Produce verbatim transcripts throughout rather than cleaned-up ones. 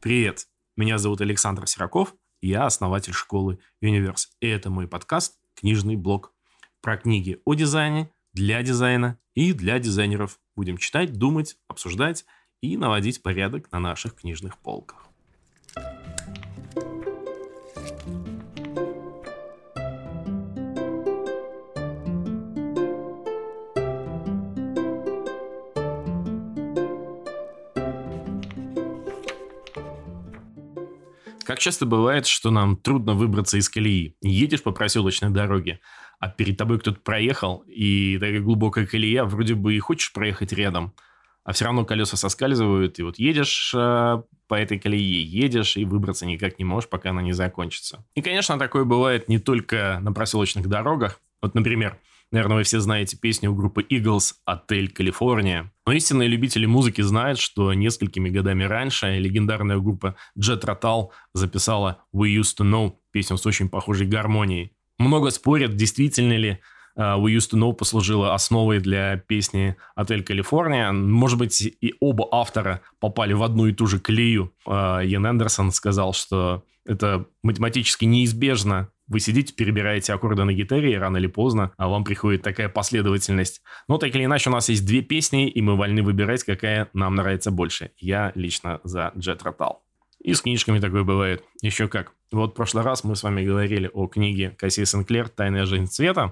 Привет, меня зовут Александр Сираков, я основатель школы Universe, и это мой подкаст «Книжный блог» про книги о дизайне, для дизайна и для дизайнеров. Будем читать, думать, обсуждать и наводить порядок на наших книжных полках. Как часто бывает, что нам трудно выбраться из колеи. Едешь по проселочной дороге, а перед тобой кто-то проехал, и такая глубокая колея, вроде бы и хочешь проехать рядом, а все равно колеса соскальзывают, и вот едешь э, по этой колее, едешь, и выбраться никак не можешь, пока она не закончится. И, конечно, такое бывает не только на проселочных дорогах. Вот, например, наверное, вы все знаете песню группы Eagles «Отель Калифорния». Но истинные любители музыки знают, что несколькими годами раньше легендарная группа Jet Rotal записала «We Used to Know», песню с очень похожей гармонией. Много спорят, действительно ли uh, «We Used to Know» послужила основой для песни «Отель Калифорния». Может быть, и оба автора попали в одну и ту же колею. Uh, Иэн Андерсон сказал, что это математически неизбежно. Вы сидите, перебираете аккорды на гитаре, и рано или поздно а вам приходит такая последовательность. Но так или иначе, у нас есть две песни, и мы вольны выбирать, какая нам нравится больше. Я лично за Jet Rotal. И с книжками такое бывает. Еще как. Вот в прошлый раз мы с вами говорили о книге Кассии Сенклер «Тайная жизнь цвета»,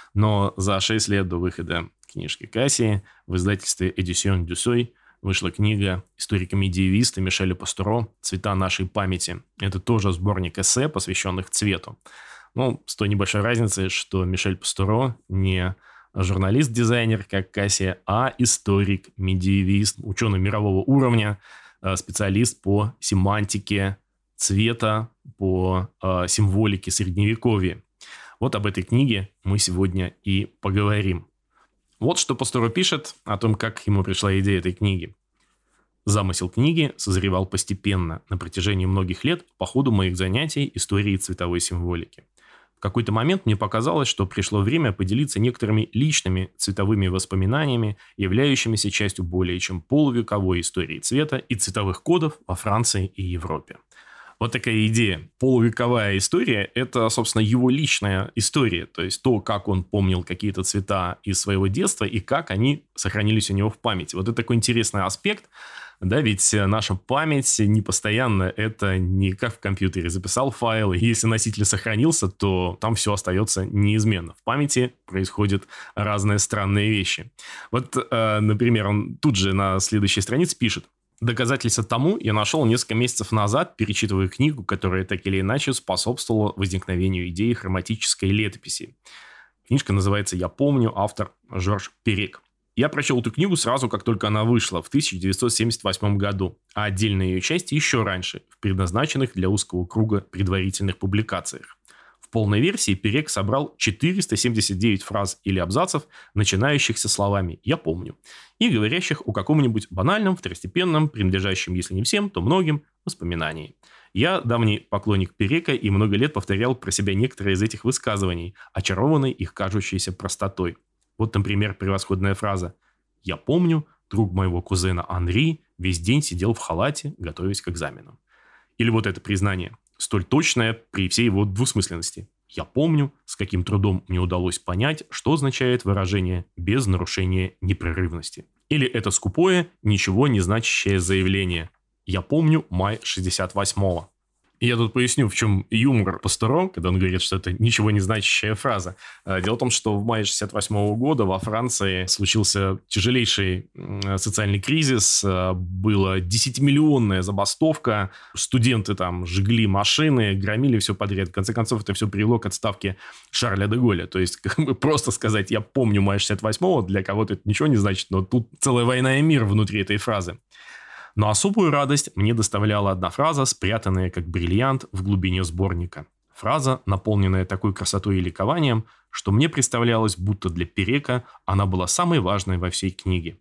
но за шесть лет до выхода книжки Кассии в издательстве Éditions du Seuil вышла книга историка-медиевиста Мишеля Пастуро «Цвета нашей памяти». Это тоже сборник эссе, посвященных цвету. Ну, с той небольшой разницей, что Мишель Пастуро не журналист-дизайнер, как Кассия, а историк-медиевист, ученый мирового уровня, специалист по семантике цвета, по э, символике Средневековья. Вот об этой книге мы сегодня и поговорим. Вот что Пастуро пишет о том, как ему пришла идея этой книги. Замысел книги созревал постепенно, на протяжении многих лет по ходу моих занятий историей цветовой символики. В какой-то момент мне показалось, что пришло время поделиться некоторыми личными цветовыми воспоминаниями, являющимися частью более чем полувековой истории цвета и цветовых кодов во Франции и Европе. Вот такая идея. Полувековая история – это, собственно, его личная история. То есть то, как он помнил какие-то цвета из своего детства и как они сохранились у него в памяти. Вот это такой интересный аспект. Да, ведь наша память не постоянно, это не как в компьютере. Записал файл, и если носитель сохранился, то там все остается неизменно. В памяти происходят разные странные вещи. Вот, например, он тут же на следующей странице пишет. Доказательство тому я нашел несколько месяцев назад, перечитывая книгу, которая так или иначе способствовала возникновению идеи хроматической летописи. Книжка называется «Я помню», автор Жорж Перек. Я прочел эту книгу сразу, как только она вышла, в тысяча девятьсот семьдесят восьмом году, а отдельные ее части еще раньше, в предназначенных для узкого круга предварительных публикациях. В полной версии Перек собрал четыреста семьдесят девять фраз или абзацев, начинающихся словами «я помню», и говорящих о каком-нибудь банальном, второстепенном, принадлежащем, если не всем, то многим, воспоминании. Я давний поклонник Перека и много лет повторял про себя некоторые из этих высказываний, очарованный их кажущейся простотой. Вот, например, превосходная фраза «Я помню, друг моего кузена Анри весь день сидел в халате, готовясь к экзаменам». Или вот это признание, столь точное при всей его двусмысленности. Я помню, с каким трудом мне удалось понять, что означает выражение «без нарушения непрерывности». Или это скупое, ничего не значащее заявление. Я помню май шестьдесят восьмого. И я тут поясню, в чем юмор Пастуро, когда он говорит, что это ничего не значащая фраза. Дело в том, что в мае шестьдесят восьмого года во Франции случился тяжелейший социальный кризис. Была десятимиллионная забастовка. Студенты там жгли машины, громили все подряд. В конце концов, это все привело к отставке Шарля де Голля. То есть, как бы просто сказать «я помню май шестьдесят восьмого», для кого-то это ничего не значит, но тут целая война и мир внутри этой фразы. Но особую радость мне доставляла одна фраза, спрятанная как бриллиант в глубине сборника. Фраза, наполненная такой красотой и ликованием, что мне представлялось, будто для Перека она была самой важной во всей книге.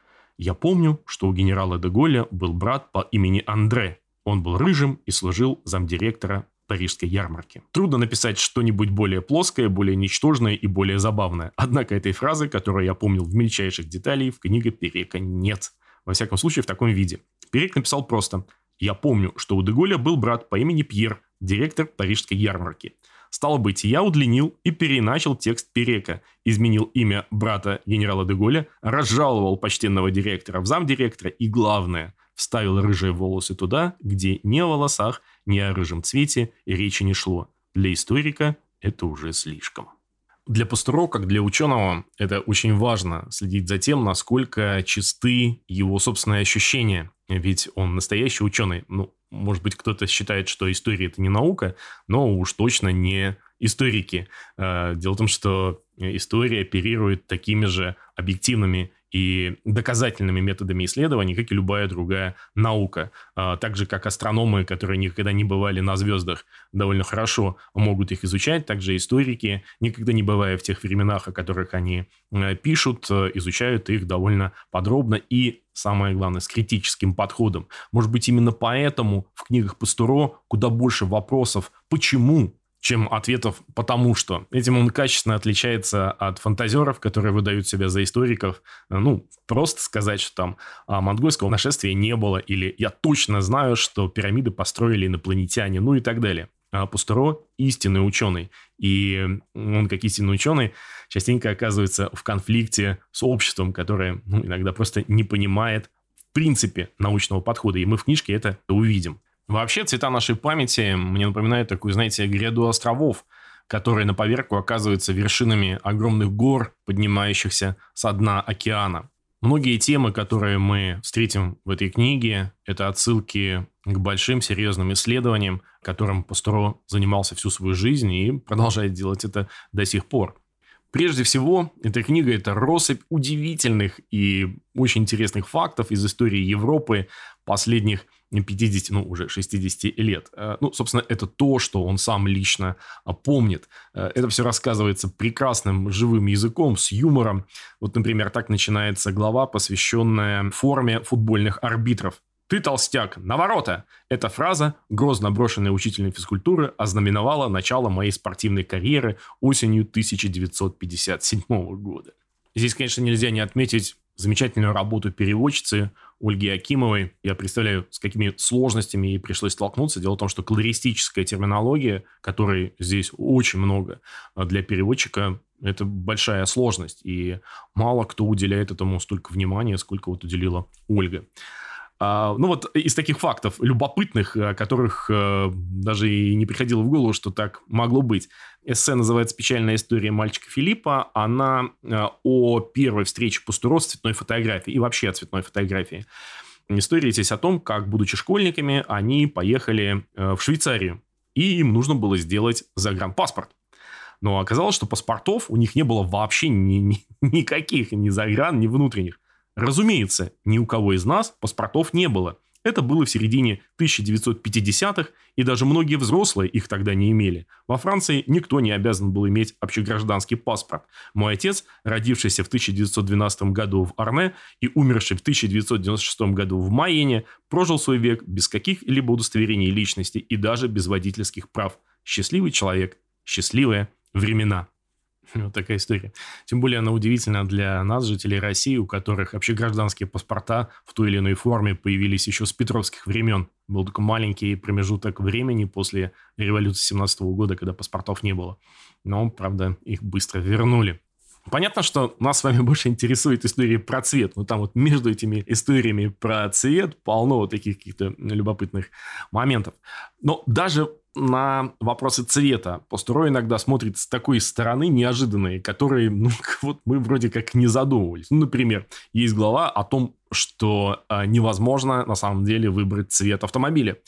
Я помню, что у генерала де Голля был брат по имени Андре. Он был рыжим и служил замдиректора парижской ярмарки. Трудно написать что-нибудь более плоское, более ничтожное и более забавное. Однако этой фразы, которую я помнил в мельчайших деталях, в книге Перека нет. Во всяком случае, в таком виде. Перек написал просто Я помню, что у де Голля был брат по имени Пьер, директор парижской ярмарки. Стало быть, я удлинил и переначал текст Перека, изменил имя брата генерала де Голля, разжаловал почтенного директора в замдиректора и, главное, вставил рыжие волосы туда, где ни о волосах, ни о рыжем цвете речи не шло. Для историка это уже слишком. Для Пастуро, как для ученого, это очень важно следить за тем, насколько чисты его собственные ощущения. Ведь он настоящий ученый. Ну, может быть, кто-то считает, что история – это не наука, но уж точно не историки. Дело в том, что история оперирует такими же объективными и доказательными методами исследований, как и любая другая наука. Так же, как астрономы, которые никогда не бывали на звездах, довольно хорошо могут их изучать, также историки, никогда не бывая в тех временах, о которых они пишут, изучают их довольно подробно и, самое главное, с критическим подходом. Может быть, именно поэтому в книгах Пастуро куда больше вопросов «почему?», чем ответов «потому что». Этим он качественно отличается от фантазеров, которые выдают себя за историков. Ну, просто сказать, что там а, монгольского нашествия не было, или «я точно знаю, что пирамиды построили инопланетяне», ну и так далее. А Пастуро – истинный ученый. И он, как истинный ученый, частенько оказывается в конфликте с обществом, которое ну, иногда просто не понимает в принципе научного подхода. И мы в книжке это увидим. Вообще, цвета нашей памяти мне напоминают такую, знаете, гряду островов, которые на поверку оказываются вершинами огромных гор, поднимающихся со дна океана. Многие темы, которые мы встретим в этой книге, это отсылки к большим серьезным исследованиям, которым Пастуро занимался всю свою жизнь и продолжает делать это до сих пор. Прежде всего, эта книга – это россыпь удивительных и очень интересных фактов из истории Европы последних пятидесяти, ну, уже шестидесяти лет. Ну, собственно, это то, что он сам лично помнит. Это все рассказывается прекрасным живым языком, с юмором. Вот, например, так начинается глава, посвященная форме футбольных арбитров. «Ты толстяк, на ворота!» Эта фраза, грозно брошенная учителем физкультуры, ознаменовала начало моей спортивной карьеры осенью тысяча девятьсот пятьдесят седьмого года. Здесь, конечно, нельзя не отметить замечательную работу переводчицы Ольги Акимовой. Я представляю, с какими сложностями ей пришлось столкнуться. Дело в том, что колористическая терминология, которой здесь очень много для переводчика, это большая сложность. И мало кто уделяет этому столько внимания, сколько вот уделила Ольга. Ну вот из таких фактов любопытных, о которых даже и не приходило в голову, что так могло быть. Эссе называется «Печальная история мальчика Филиппа». Она о первой встрече Пастуро с цветной фотографией и вообще о цветной фотографии. История здесь о том, как, будучи школьниками, они поехали в Швейцарию. И им нужно было сделать загранпаспорт. Но оказалось, что паспортов у них не было вообще ни, ни, никаких, ни загран, ни внутренних. Разумеется, ни у кого из нас паспортов не было. Это было в середине тысяча девятьсот пятидесятых, и даже многие взрослые их тогда не имели. Во Франции никто не обязан был иметь общегражданский паспорт. Мой отец, родившийся в тысяча девятьсот двенадцатом году в Арне и умерший в тысяча девятьсот девяносто шестом году в Майене, прожил свой век без каких-либо удостоверений личности и даже без водительских прав. Счастливый человек, счастливые времена. Вот такая история. Тем более она удивительна для нас, жителей России, у которых общегражданские паспорта в той или иной форме появились еще с петровских времен. Был такой маленький промежуток времени после революции семнадцатого года, когда паспортов не было. Но, правда, их быстро вернули. Понятно, что нас с вами больше интересует история про цвет. Но там вот между этими историями про цвет полно вот таких каких-то любопытных моментов. Но даже на вопросы цвета Пастуро иногда смотрит с такой стороны неожиданной, которые, ну, вот мы вроде как не задумывались. Ну, например, есть глава о том, что а, невозможно на самом деле выбрать цвет автомобиля.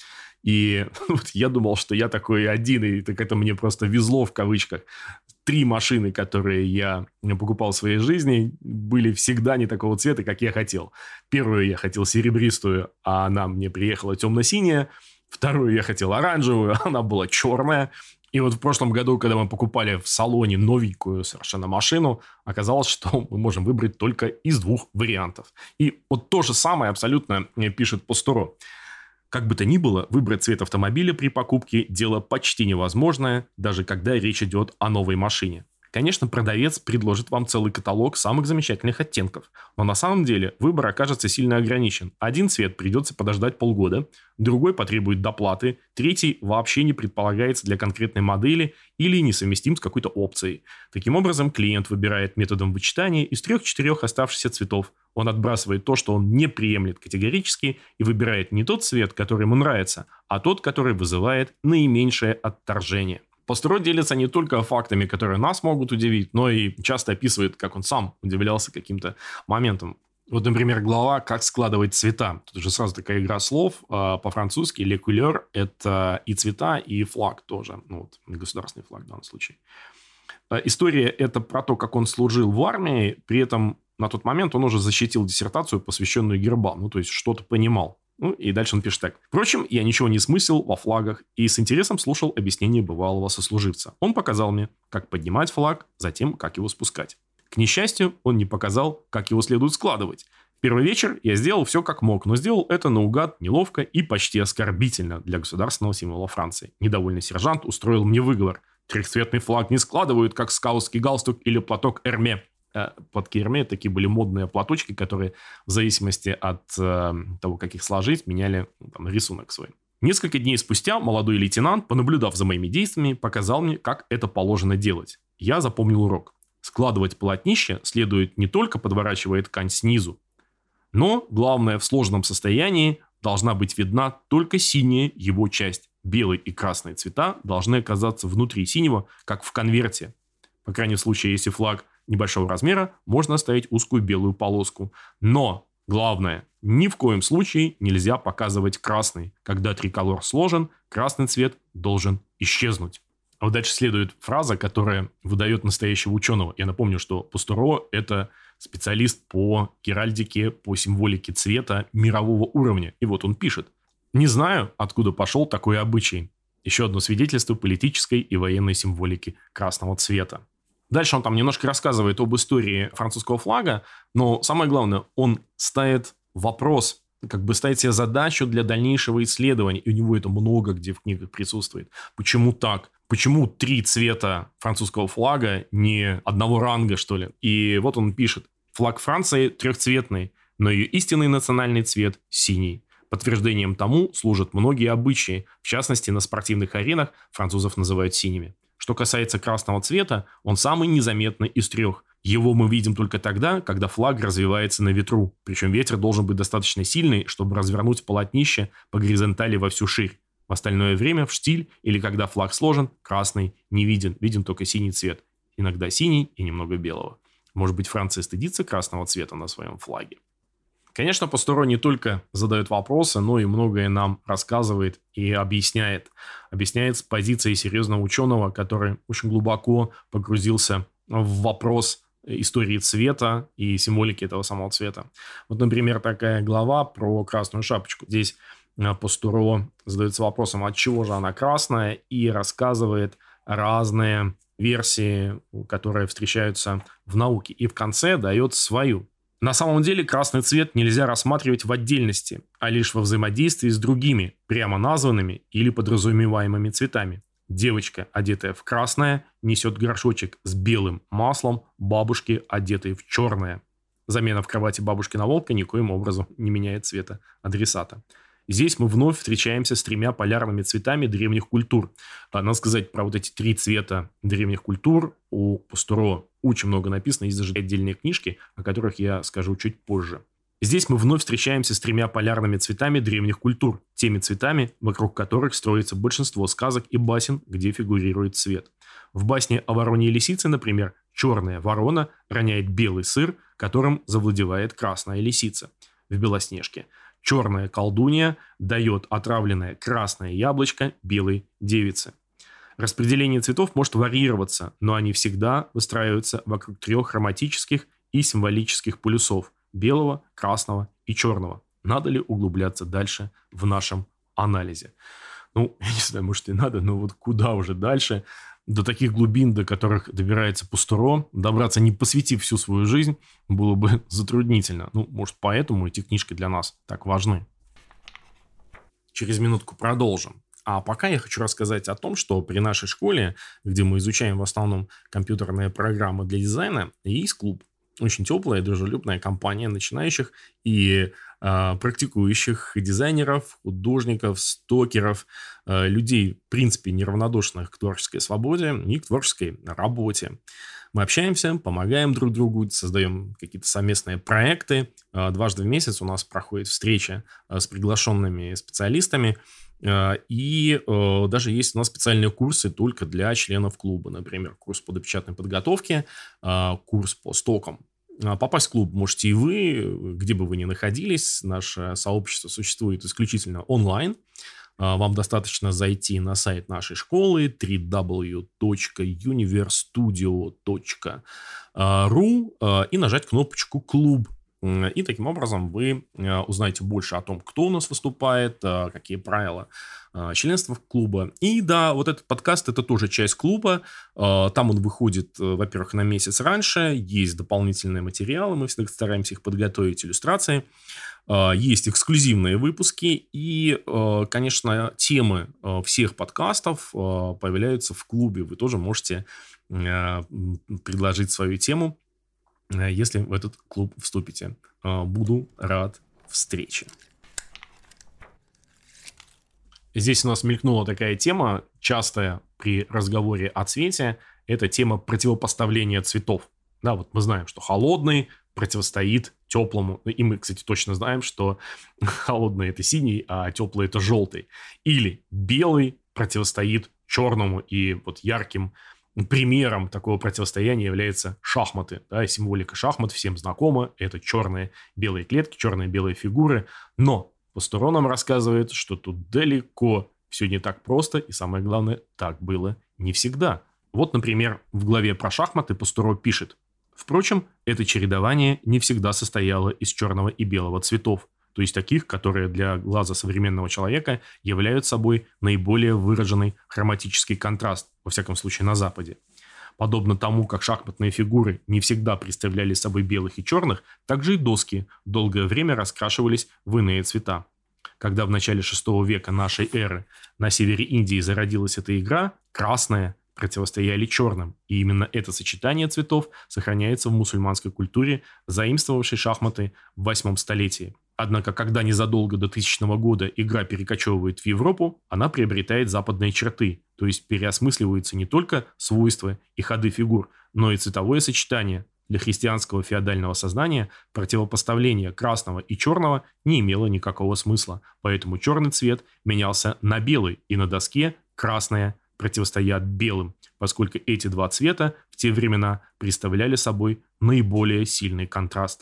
И вот я думал, что я такой один, и так это мне просто везло в кавычках. Три машины, которые я покупал в своей жизни, были всегда не такого цвета, как я хотел. Первую я хотел серебристую, а она мне приехала темно-синяя. Вторую я хотел оранжевую, она была черная. И вот в прошлом году, когда мы покупали в салоне новенькую совершенно машину, оказалось, что мы можем выбрать только из двух вариантов. И вот то же самое абсолютно пишет Пастуро. Как бы то ни было, выбрать цвет автомобиля при покупке – дело почти невозможное, даже когда речь идет о новой машине. Конечно, продавец предложит вам целый каталог самых замечательных оттенков, но на самом деле выбор окажется сильно ограничен. Один цвет придется подождать полгода, другой потребует доплаты, третий вообще не предполагается для конкретной модели или несовместим с какой-то опцией. Таким образом, клиент выбирает методом вычитания из трех-четырех оставшихся цветов. Он отбрасывает то, что он не приемлет категорически, и выбирает не тот цвет, который ему нравится, а тот, который вызывает наименьшее отторжение. Пастуро делится не только фактами, которые нас могут удивить, но и часто описывает, как он сам удивлялся каким-то моментам. Вот, например, глава «Как складывать цвета». Тут уже сразу такая игра слов. По-французски «les couleurs» – это и цвета, и флаг тоже. Ну, вот, государственный флаг в данном случае. История – это про то, как он служил в армии. При этом на тот момент он уже защитил диссертацию, посвященную гербам. Ну, то есть, что-то понимал. Ну, и дальше он пишет так. Впрочем, я ничего не смыслил во флагах и с интересом слушал объяснение бывалого сослуживца. Он показал мне, как поднимать флаг, затем, как его спускать. К несчастью, он не показал, как его следует складывать. В первый вечер я сделал все как мог, но сделал это наугад, неловко и почти оскорбительно для государственного символа Франции. Недовольный сержант устроил мне выговор. Трехцветный флаг не складывают, как скаутский галстук или платок Эрме. Платки Эрме такие были модные платочки, которые в зависимости от э, того, как их сложить, меняли там, рисунок свой. Несколько дней спустя молодой лейтенант, понаблюдав за моими действиями, показал мне, как это положено делать. Я запомнил урок. Складывать полотнище следует не только подворачивая ткань снизу, но, главное, в сложном состоянии должна быть видна только синяя его часть. Белый и красный цвета должны оказаться внутри синего, как в конверте. По крайнем случае, если флаг небольшого размера, можно оставить узкую белую полоску. Но, главное, ни в коем случае нельзя показывать красный. Когда триколор сложен, красный цвет должен исчезнуть. А вот дальше следует фраза, которая выдает настоящего ученого. Я напомню, что Пастуро – это специалист по геральдике, по символике цвета мирового уровня. И вот он пишет. «Не знаю, откуда пошел такой обычай. Еще одно свидетельство политической и военной символики красного цвета». Дальше он там немножко рассказывает об истории французского флага, но самое главное, он ставит вопрос, как бы ставит себе задачу для дальнейшего исследования, и у него это много где в книгах присутствует. Почему так? Почему три цвета французского флага не одного ранга, что ли? И вот он пишет. Флаг Франции трехцветный, но ее истинный национальный цвет синий. Подтверждением тому служат многие обычаи, в частности, на спортивных аренах французов называют синими. Что касается красного цвета, он самый незаметный из трех. Его мы видим только тогда, когда флаг развивается на ветру. Причем ветер должен быть достаточно сильный, чтобы развернуть полотнище по горизонтали во всю ширь. В остальное время в штиль или когда флаг сложен, красный не виден. Виден только синий цвет. Иногда синий и немного белого. Может быть, Франция стыдится красного цвета на своем флаге? Конечно, Пастуро не только задает вопросы, но и многое нам рассказывает и объясняет. Объясняет с позиции серьезного ученого, который очень глубоко погрузился в вопрос истории цвета и символики этого самого цвета. Вот, например, такая глава про красную шапочку. Здесь Пастуро задается вопросом, от чего же она красная, и рассказывает разные версии, которые встречаются в науке. И в конце дает свою. На самом деле красный цвет нельзя рассматривать в отдельности, а лишь во взаимодействии с другими, прямо названными или подразумеваемыми цветами. Девочка, одетая в красное, несет горшочек с белым маслом бабушки, одетой в черное. Замена в кровати бабушки на волка никоим образом не меняет цвета адресата. Здесь мы вновь встречаемся с тремя полярными цветами древних культур. Надо сказать про вот эти три цвета древних культур. У Пастуро очень много написано, есть даже отдельные книжки, о которых я скажу чуть позже. Здесь мы вновь встречаемся с тремя полярными цветами древних культур, теми цветами, вокруг которых строится большинство сказок и басен, где фигурирует цвет. В басне о вороне и лисице, например, черная ворона роняет белый сыр, которым завладевает красная лисица. В Белоснежке черная колдунья дает отравленное красное яблочко белой девице. Распределение цветов может варьироваться, но они всегда выстраиваются вокруг трех хроматических и символических полюсов – белого, красного и черного. Надо ли углубляться дальше в нашем анализе? Ну, я не знаю, может и надо, но вот куда уже дальше? До таких глубин, до которых добирается Пастуро, добраться, не посвятив всю свою жизнь, было бы затруднительно. Ну, может, поэтому эти книжки для нас так важны. Через минутку продолжим. А пока я хочу рассказать о том, что при нашей школе, где мы изучаем в основном компьютерные программы для дизайна, есть клуб. Очень теплая и дружелюбная компания начинающих и э, практикующих дизайнеров, художников, стокеров, э, людей, в принципе, неравнодушных к творческой свободе и к творческой работе. Мы общаемся, помогаем друг другу, создаем какие-то совместные проекты. Э, дважды в месяц у нас проходит встреча э, с приглашенными специалистами. Э, и э, даже есть у нас специальные курсы только для членов клуба. Например, курс по допечатной подготовке, э, курс по стокам. Попасть в клуб можете и вы, где бы вы ни находились. Наше сообщество существует исключительно онлайн. Вам достаточно зайти на сайт нашей школы дабл ю дабл ю дабл ю точка universtudio точка ру и нажать кнопочку «Клуб». И таким образом вы узнаете больше о том, кто у нас выступает, какие правила членства клуба. И да, вот этот подкаст – это тоже часть клуба. Там он выходит, во-первых, на месяц раньше. Есть дополнительные материалы, мы всегда стараемся их подготовить, иллюстрации. Есть эксклюзивные выпуски. И, конечно, темы всех подкастов появляются в клубе. Вы тоже можете предложить свою тему, если в этот клуб вступите. Буду рад встрече. Здесь у нас мелькнула такая тема, частая при разговоре о цвете. Это тема противопоставления цветов. Да, вот мы знаем, что холодный противостоит теплому. И мы, кстати, точно знаем, что холодный – это синий, а теплый – это желтый. Или белый противостоит черному, и вот ярким примером такого противостояния являются шахматы. Да, символика шахмат всем знакома. Это черные белые клетки, черные белые фигуры. Но Пастуро нам рассказывает, что тут далеко все не так просто. И самое главное, так было не всегда. Вот, например, в главе про шахматы Пастуро пишет: «Впрочем, это чередование не всегда состояло из черного и белого цветов. То есть таких, которые для глаза современного человека являются собой наиболее выраженный хроматический контраст, во всяком случае на Западе. Подобно тому, как шахматные фигуры не всегда представляли собой белых и черных, так же и доски долгое время раскрашивались в иные цвета. Когда в начале шестого века нашей эры на севере Индии зародилась эта игра, красные противостояли черным, и именно это сочетание цветов сохраняется в мусульманской культуре, заимствовавшей шахматы в восьмом столетии. Однако, когда незадолго до тысячного года игра перекочевывает в Европу, она приобретает западные черты, то есть переосмысливаются не только свойства и ходы фигур, но и цветовое сочетание. Для христианского феодального сознания противопоставление красного и черного не имело никакого смысла, поэтому черный цвет менялся на белый, и на доске красное противостоят белым, поскольку эти два цвета в те времена представляли собой наиболее сильный контраст.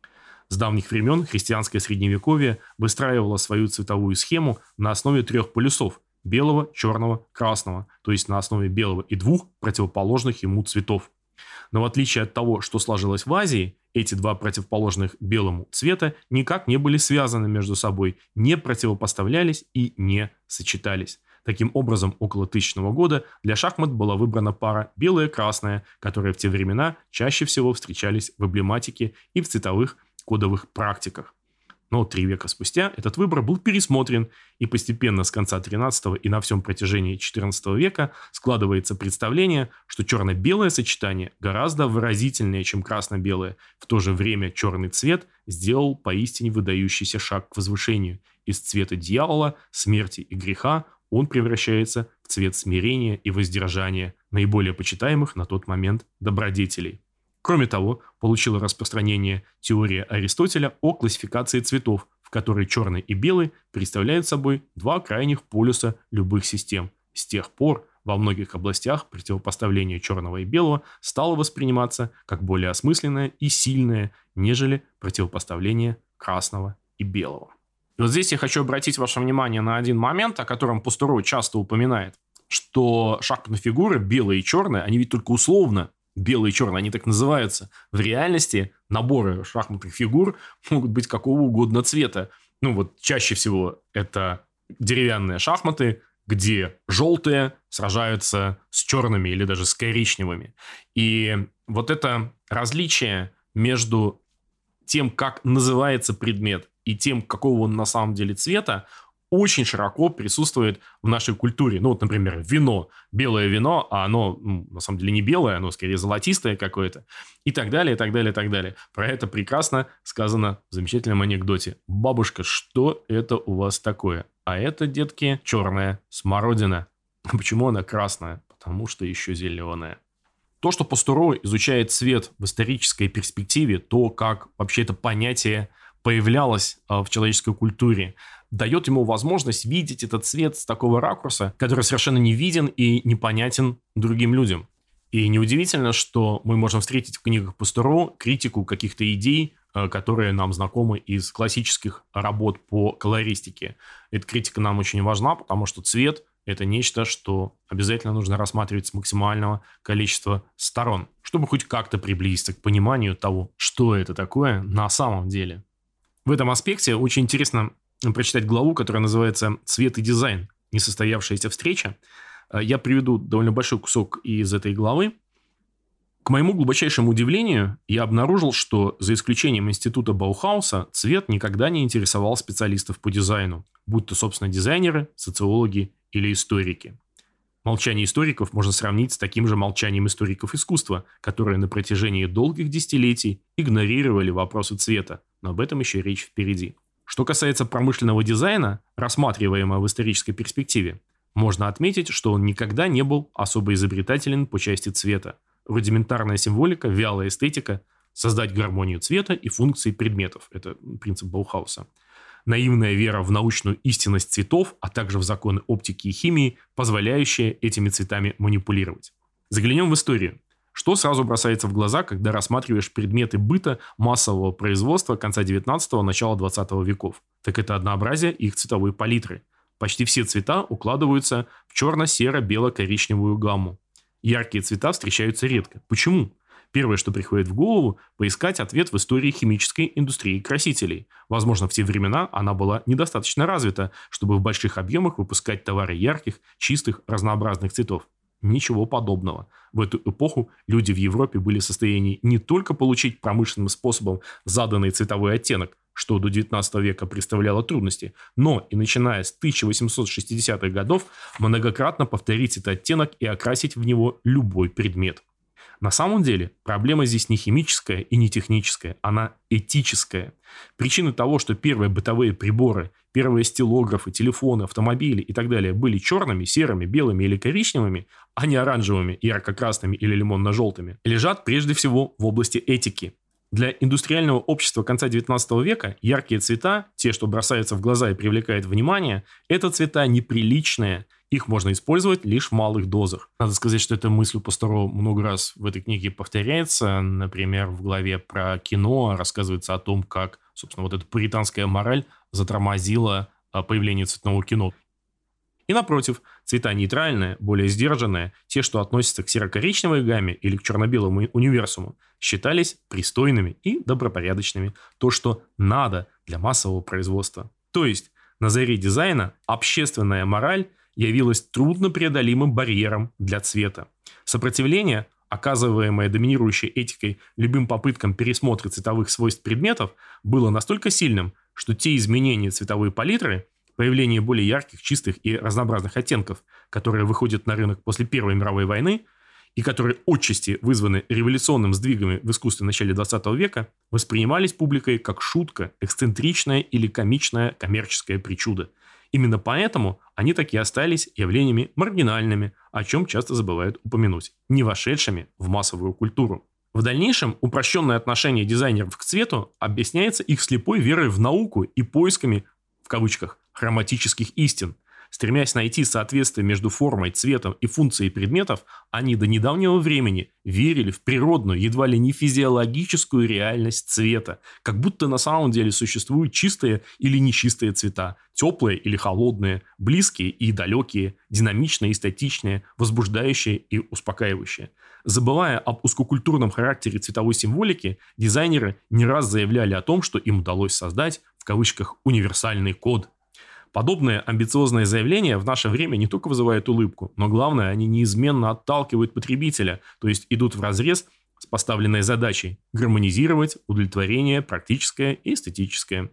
С давних времен христианское средневековье выстраивало свою цветовую схему на основе трех полюсов – белого, черного, красного, то есть на основе белого и двух противоположных ему цветов. Но в отличие от того, что сложилось в Азии, эти два противоположных белому цвета никак не были связаны между собой, не противопоставлялись и не сочетались. Таким образом, около тысячного года для шахмат была выбрана пара белая-красная, которые в те времена чаще всего встречались в эмблематике и в цветовых кодовых практиках. Но три века спустя этот выбор был пересмотрен, и постепенно с конца тринадцатого и на всем протяжении четырнадцатого века складывается представление, что черно-белое сочетание гораздо выразительнее, чем красно-белое. В то же время черный цвет сделал поистине выдающийся шаг к возвышению. Из цвета дьявола, смерти и греха он превращается в цвет смирения и воздержания, наиболее почитаемых на тот момент добродетелей. Кроме того, получила распространение теория Аристотеля о классификации цветов, в которой черный и белый представляют собой два крайних полюса любых систем. С тех пор во многих областях противопоставление черного и белого стало восприниматься как более осмысленное и сильное, нежели противопоставление красного и белого. И вот здесь я хочу обратить ваше внимание на один момент, о котором Пастуро часто упоминает, что шахматные фигуры, белые и черные, они ведь только условно белые и черные, они так называются. В реальности наборы шахматных фигур могут быть какого угодно цвета. Ну вот чаще всего это деревянные шахматы, где желтые сражаются с черными или даже с коричневыми. И вот это различие между тем, как называется предмет, и тем, какого он на самом деле цвета, очень широко присутствует в нашей культуре. Ну, вот, например, вино. Белое вино, а оно, ну, на самом деле, не белое, оно скорее золотистое какое-то. И так далее, и так далее, и так далее. Про это прекрасно сказано в замечательном анекдоте. «Бабушка, что это у вас такое?» А это, детки, черная смородина. А почему она красная? Потому что еще зеленая. То, что Пастуро изучает цвет в исторической перспективе, то, как вообще это понятие появлялось в человеческой культуре, дает ему возможность видеть этот цвет с такого ракурса, который совершенно не виден и непонятен другим людям. И неудивительно, что мы можем встретить в книгах Пастуро критику каких-то идей, которые нам знакомы из классических работ по колористике. Эта критика нам очень важна, потому что цвет – это нечто, что обязательно нужно рассматривать с максимального количества сторон, чтобы хоть как-то приблизиться к пониманию того, что это такое на самом деле. В этом аспекте очень интересно прочитать главу, которая называется «Цвет и дизайн. Несостоявшаяся встреча». Я приведу довольно большой кусок из этой главы. К моему глубочайшему удивлению, я обнаружил, что за исключением института Баухауса цвет никогда не интересовал специалистов по дизайну, будь то, собственно, дизайнеры, социологи или историки. Молчание историков можно сравнить с таким же молчанием историков искусства, которые на протяжении долгих десятилетий игнорировали вопросы цвета, но об этом еще речь впереди. Что касается промышленного дизайна, рассматриваемого в исторической перспективе, можно отметить, что он никогда не был особо изобретателен по части цвета. Рудиментарная символика, вялая эстетика, создать гармонию цвета и функций предметов – это принцип Баухауса. Наивная вера в научную истинность цветов, а также в законы оптики и химии, позволяющие этими цветами манипулировать. Заглянем в историю. Что сразу бросается в глаза, когда рассматриваешь предметы быта массового производства конца девятнадцатого – начала двадцатого веков? Так это однообразие их цветовой палитры. Почти все цвета укладываются в черно-серо-бело-коричневую гамму. Яркие цвета встречаются редко. Почему? Первое, что приходит в голову – поискать ответ в истории химической индустрии красителей. Возможно, в те времена она была недостаточно развита, чтобы в больших объемах выпускать товары ярких, чистых, разнообразных цветов. Ничего подобного. В эту эпоху люди в Европе были в состоянии не только получить промышленным способом заданный цветовой оттенок, что до девятнадцатого века представляло трудности, но и начиная с тысяча восемьсот шестидесятых годов многократно повторить этот оттенок и окрасить в него любой предмет. На самом деле проблема здесь не химическая и не техническая, она этическая. Причины того, что первые бытовые приборы, первые стилографы, телефоны, автомобили и так далее были черными, серыми, белыми или коричневыми, а не оранжевыми, ярко-красными или лимонно-желтыми, лежат прежде всего в области этики. Для индустриального общества конца девятнадцатого века яркие цвета, те, что бросаются в глаза и привлекают внимание, это цвета неприличные, их можно использовать лишь в малых дозах. Надо сказать, что эта мысль у Пастуро много раз в этой книге повторяется. Например, в главе про кино рассказывается о том, как, собственно, вот эта пуританская мораль затормозила появление цветного кино. И напротив, цвета нейтральные, более сдержанные, те, что относятся к серо-коричневой гамме или к черно-белому универсуму, считались пристойными и добропорядочными. То, что надо для массового производства. То есть, на заре дизайна общественная мораль явилась труднопреодолимым барьером для цвета. Сопротивление, оказываемое доминирующей этикой любым попыткам пересмотра цветовых свойств предметов, было настолько сильным, что те изменения цветовой палитры, появление более ярких, чистых и разнообразных оттенков, которые выходят на рынок после Первой мировой войны и которые отчасти вызваны революционным сдвигами в искусстве в начале двадцатого века, воспринимались публикой как шутка, эксцентричная или комичная коммерческая причуда. Именно поэтому они так и остались явлениями маргинальными, о чем часто забывают упомянуть, не вошедшими в массовую культуру. В дальнейшем упрощенное отношение дизайнеров к цвету объясняется их слепой верой в науку и поисками, в кавычках, хроматических истин. Стремясь найти соответствие между формой, цветом и функцией предметов, они до недавнего времени верили в природную, едва ли не физиологическую реальность цвета, как будто на самом деле существуют чистые или нечистые цвета, теплые или холодные, близкие и далекие, динамичные и статичные, возбуждающие и успокаивающие. Забывая об узкокультурном характере цветовой символики, дизайнеры не раз заявляли о том, что им удалось создать, в кавычках, универсальный код. Подобные амбициозные заявления в наше время не только вызывают улыбку, но главное, они неизменно отталкивают потребителя, то есть идут вразрез с поставленной задачей – гармонизировать удовлетворение практическое и эстетическое.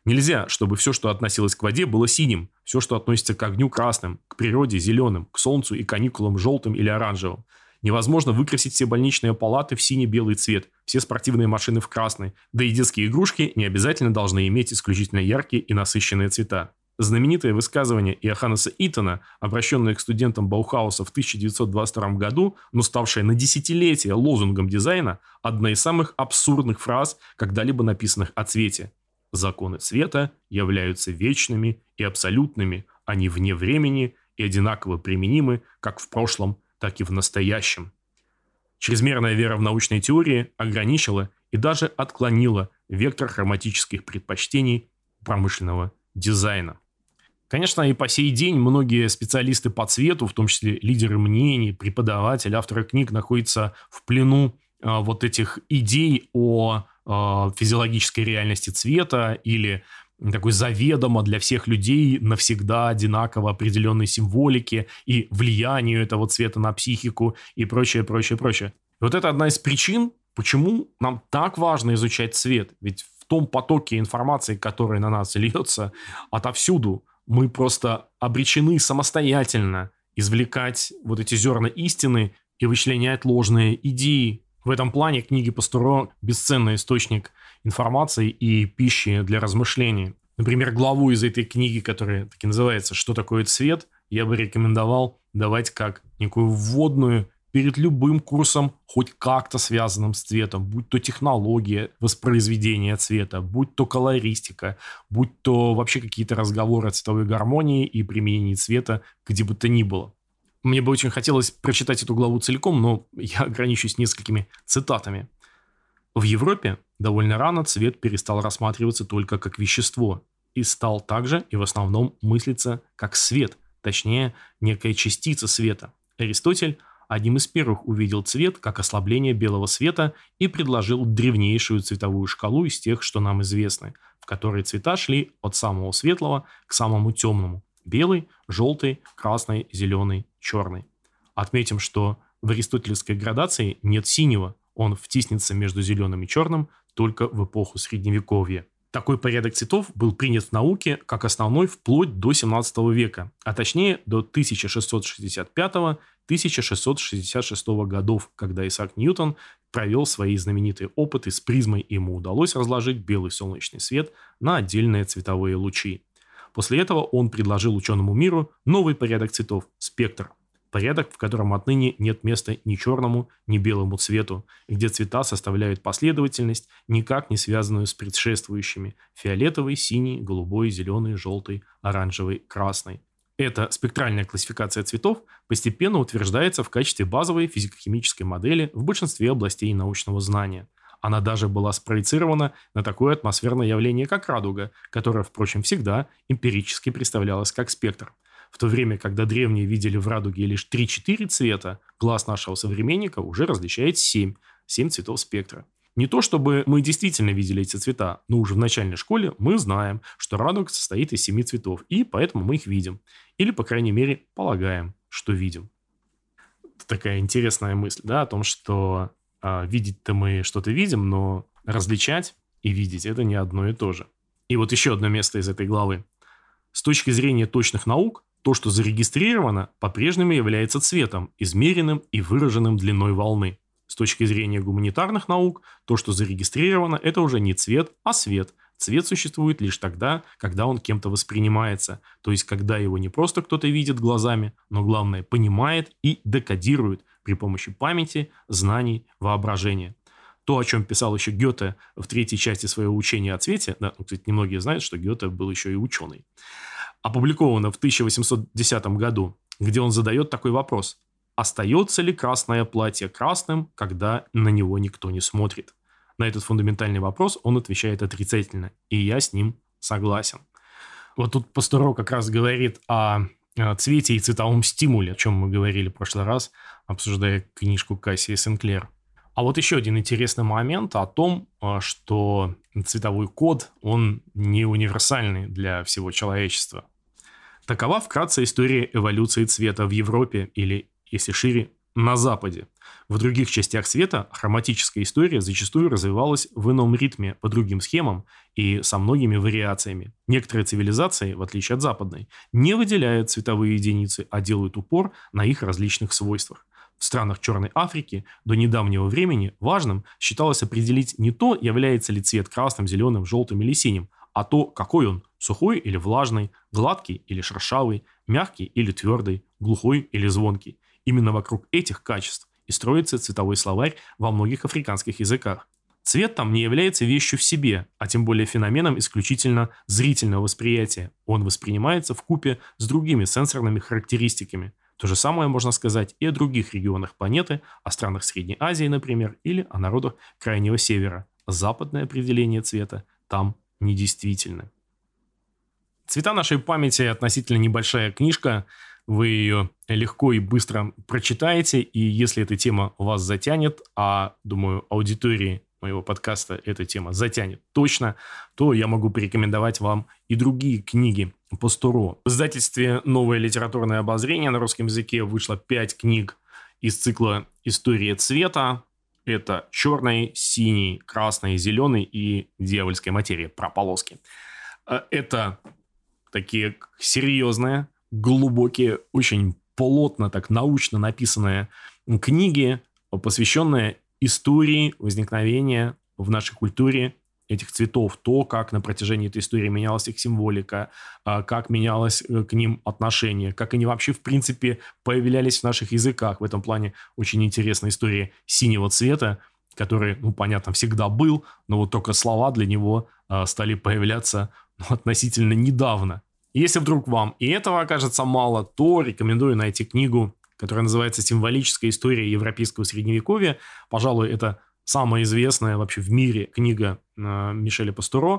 Нельзя, чтобы все, что относилось к воде, было синим, все, что относится к огню, красным, к природе, зеленым, к солнцу и каникулам, желтым или оранжевым. Невозможно выкрасить все больничные палаты в сине-белый цвет, все спортивные машины в красный, да и детские игрушки не обязательно должны иметь исключительно яркие и насыщенные цвета. Знаменитое высказывание Иоханнеса Итона, обращенное к студентам Баухауса в тысяча девятьсот двадцать втором году, но ставшее на десятилетия лозунгом дизайна, одна из самых абсурдных фраз, когда-либо написанных о цвете. «Законы цвета являются вечными и абсолютными, они вне времени и одинаково применимы как в прошлом, так и в настоящем». Чрезмерная вера в научные теории ограничила и даже отклонила вектор хроматических предпочтений промышленного дизайна. Конечно, и по сей день многие специалисты по цвету, в том числе лидеры мнений, преподаватели, авторы книг, находятся в плену э, вот этих идей о э, физиологической реальности цвета или такой заведомо для всех людей навсегда одинаково определенной символики и влиянию этого цвета на психику и прочее, прочее, прочее. И вот это одна из причин, почему нам так важно изучать цвет. Ведь в том потоке информации, который на нас льется отовсюду, мы просто обречены самостоятельно извлекать вот эти зерна истины и вычленять ложные идеи. В этом плане книги Пастуро – бесценный источник информации и пищи для размышлений. Например, главу из этой книги, которая так и называется «Что такое цвет?», я бы рекомендовал давать как некую вводную перед любым курсом, хоть как-то связанным с цветом, будь то технология воспроизведения цвета, будь то колористика, будь то вообще какие-то разговоры о цветовой гармонии и применении цвета где бы то ни было. Мне бы очень хотелось прочитать эту главу целиком, но я ограничусь несколькими цитатами. В Европе довольно рано цвет перестал рассматриваться только как вещество и стал также и в основном мыслиться как свет, точнее, некая частица света. Аристотель одним из первых увидел цвет как ослабление белого света и предложил древнейшую цветовую шкалу из тех, что нам известны, в которой цвета шли от самого светлого к самому темному – белый, желтый, красный, зеленый, черный. Отметим, что в аристотелевской градации нет синего, он втиснется между зеленым и черным только в эпоху Средневековья. Такой порядок цветов был принят в науке как основной вплоть до семнадцатого века, а точнее до тысяча шестьсот шестьдесят пятого — тысяча шестьсот шестьдесят шестого годов, когда Исаак Ньютон провел свои знаменитые опыты с призмой, и ему удалось разложить белый солнечный свет на отдельные цветовые лучи. После этого он предложил ученому миру новый порядок цветов – спектр. Порядок, в котором отныне нет места ни черному, ни белому цвету, и где цвета составляют последовательность, никак не связанную с предшествующими – фиолетовый, синий, голубой, зеленый, желтый, оранжевый, красный. Эта спектральная классификация цветов постепенно утверждается в качестве базовой физико-химической модели в большинстве областей научного знания. Она даже была спроецирована на такое атмосферное явление, как радуга, которое, впрочем, всегда эмпирически представлялось как спектр. В то время, когда древние видели в радуге лишь три-четыре цвета, глаз нашего современника уже различает семь, семь цветов спектра. Не то чтобы мы действительно видели эти цвета, но уже в начальной школе мы знаем, что радуга состоит из семи цветов, и поэтому мы их видим. Или, по крайней мере, полагаем, что видим. Это такая интересная мысль, да, о том, что э, видеть-то мы что-то видим, но различать и видеть – это не одно и то же. И вот еще одно место из этой главы. С точки зрения точных наук, то, что зарегистрировано, по-прежнему является цветом, измеренным и выраженным длиной волны. С точки зрения гуманитарных наук, то, что зарегистрировано, это уже не цвет, а свет. Цвет существует лишь тогда, когда он кем-то воспринимается, то есть когда его не просто кто-то видит глазами, но главное понимает и декодирует при помощи памяти, знаний, воображения. То, о чем писал еще Гёте в третьей части своего учения о цвете, да, ну, кстати, немногие знают, что Гёте был еще и ученый, опубликовано в тысяча восемьсот десятом году, где он задает такой вопрос: остается ли красное платье красным, когда на него никто не смотрит? На этот фундаментальный вопрос он отвечает отрицательно, и я с ним согласен. Вот тут Пастуро как раз говорит о цвете и цветовом стимуле, о чем мы говорили в прошлый раз, обсуждая книжку Кассии Сенклер. А вот еще один интересный момент о том, что цветовой код, он не универсальный для всего человечества. Такова вкратце история эволюции цвета в Европе или, если шире, на Западе. В других частях света хроматическая история зачастую развивалась в ином ритме, по другим схемам и со многими вариациями. Некоторые цивилизации, в отличие от западной, не выделяют цветовые единицы, а делают упор на их различных свойствах. В странах Черной Африки до недавнего времени важным считалось определить не то, является ли цвет красным, зеленым, желтым или синим, а то, какой он – сухой или влажный, гладкий или шершавый, мягкий или твердый, глухой или звонкий. Именно вокруг этих качеств и строится цветовой словарь во многих африканских языках. Цвет там не является вещью в себе, а тем более феноменом исключительно зрительного восприятия. Он воспринимается вкупе с другими сенсорными характеристиками. То же самое можно сказать и о других регионах планеты, о странах Средней Азии, например, или о народах Крайнего Севера. Западное определение цвета там недействительно. «Цвета нашей памяти» – относительно небольшая книжка. Вы ее легко и быстро прочитаете, и если эта тема вас затянет, а, думаю, аудитории моего подкаста эта тема затянет точно, то я могу порекомендовать вам и другие книги по Стуро. В издательстве «Новое литературное обозрение» на русском языке вышло пять книг из цикла «История цвета». Это черный, синий, красный, зеленый и дьявольская материя про полоски. Это такие серьезные, глубокие, очень плотно, так научно написанные книги, посвященные истории возникновения в нашей культуре этих цветов, то, как на протяжении этой истории менялась их символика, как менялось к ним отношение, как они вообще, в принципе, появлялись в наших языках. В этом плане очень интересная история синего цвета, который, ну, понятно, всегда был, но вот только слова для него стали появляться, ну, относительно недавно. Если вдруг вам и этого окажется мало, то рекомендую найти книгу, которая называется «Символическая история европейского средневековья». Пожалуй, это самая известная вообще в мире книга Мишеля Пастуро,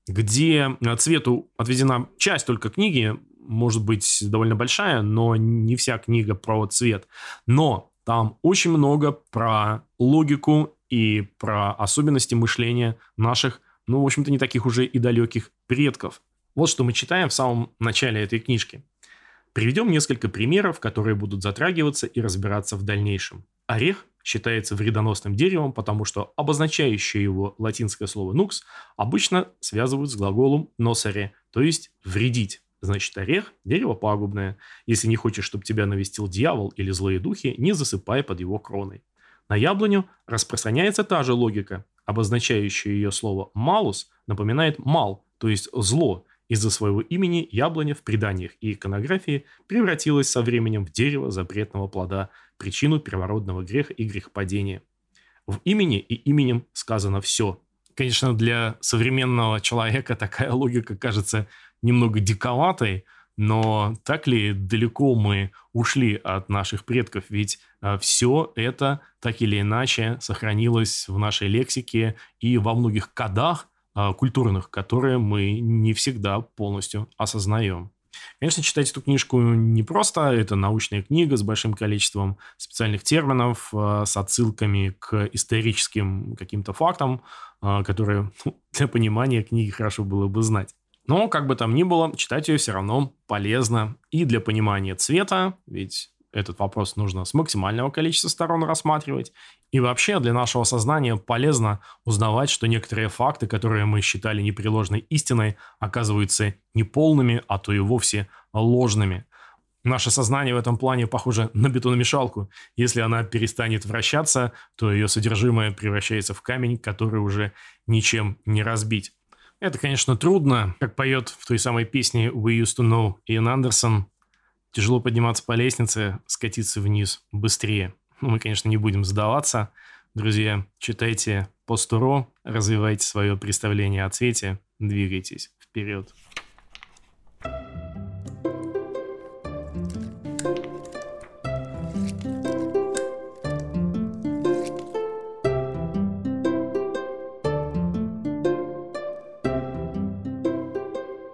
где цвету отведена часть только книги, может быть, довольно большая, но не вся книга про цвет. Но там очень много про логику и про особенности мышления наших, ну, в общем-то, не таких уже и далеких предков. Вот что мы читаем в самом начале этой книжки. Приведем несколько примеров, которые будут затрагиваться и разбираться в дальнейшем. Орех считается вредоносным деревом, потому что обозначающее его латинское слово «nux» обычно связывают с глаголом «nocere», то есть «вредить». Значит, орех – дерево пагубное. Если не хочешь, чтобы тебя навестил дьявол или злые духи, не засыпай под его кроной. На яблоню распространяется та же логика. Обозначающее ее слово «malus» напоминает «мал», то есть «зло». Из-за своего имени яблоня в преданиях и иконографии превратилась со временем в дерево запретного плода, причину первородного греха и грехопадения. В имени и именем сказано все. Конечно, для современного человека такая логика кажется немного диковатой, но так ли далеко мы ушли от наших предков? Ведь а, все это так или иначе сохранилось в нашей лексике и во многих кодах а, культурных, которые мы не всегда полностью осознаем. Конечно, читать эту книжку непросто. Это научная книга с большим количеством специальных терминов, а, с отсылками к историческим каким-то фактам, а, которые, ну, для понимания книги хорошо было бы знать. Но, как бы там ни было, читать ее все равно полезно и для понимания цвета, ведь этот вопрос нужно с максимального количества сторон рассматривать. И вообще для нашего сознания полезно узнавать, что некоторые факты, которые мы считали непреложной истиной, оказываются неполными, а то и вовсе ложными. Наше сознание в этом плане похоже на бетономешалку. Если она перестанет вращаться, то ее содержимое превращается в камень, который уже ничем не разбить. Это, конечно, трудно, как поет в той самой песне «We used to know» Иэн Андерсон. Тяжело подниматься по лестнице, скатиться вниз быстрее. Но мы, конечно, не будем сдаваться. Друзья, читайте Пастуро, развивайте свое представление о цвете, двигайтесь вперед.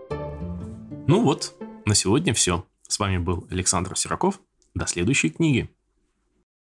Ну вот, на сегодня все. С вами был Александр Сираков. До следующей книги.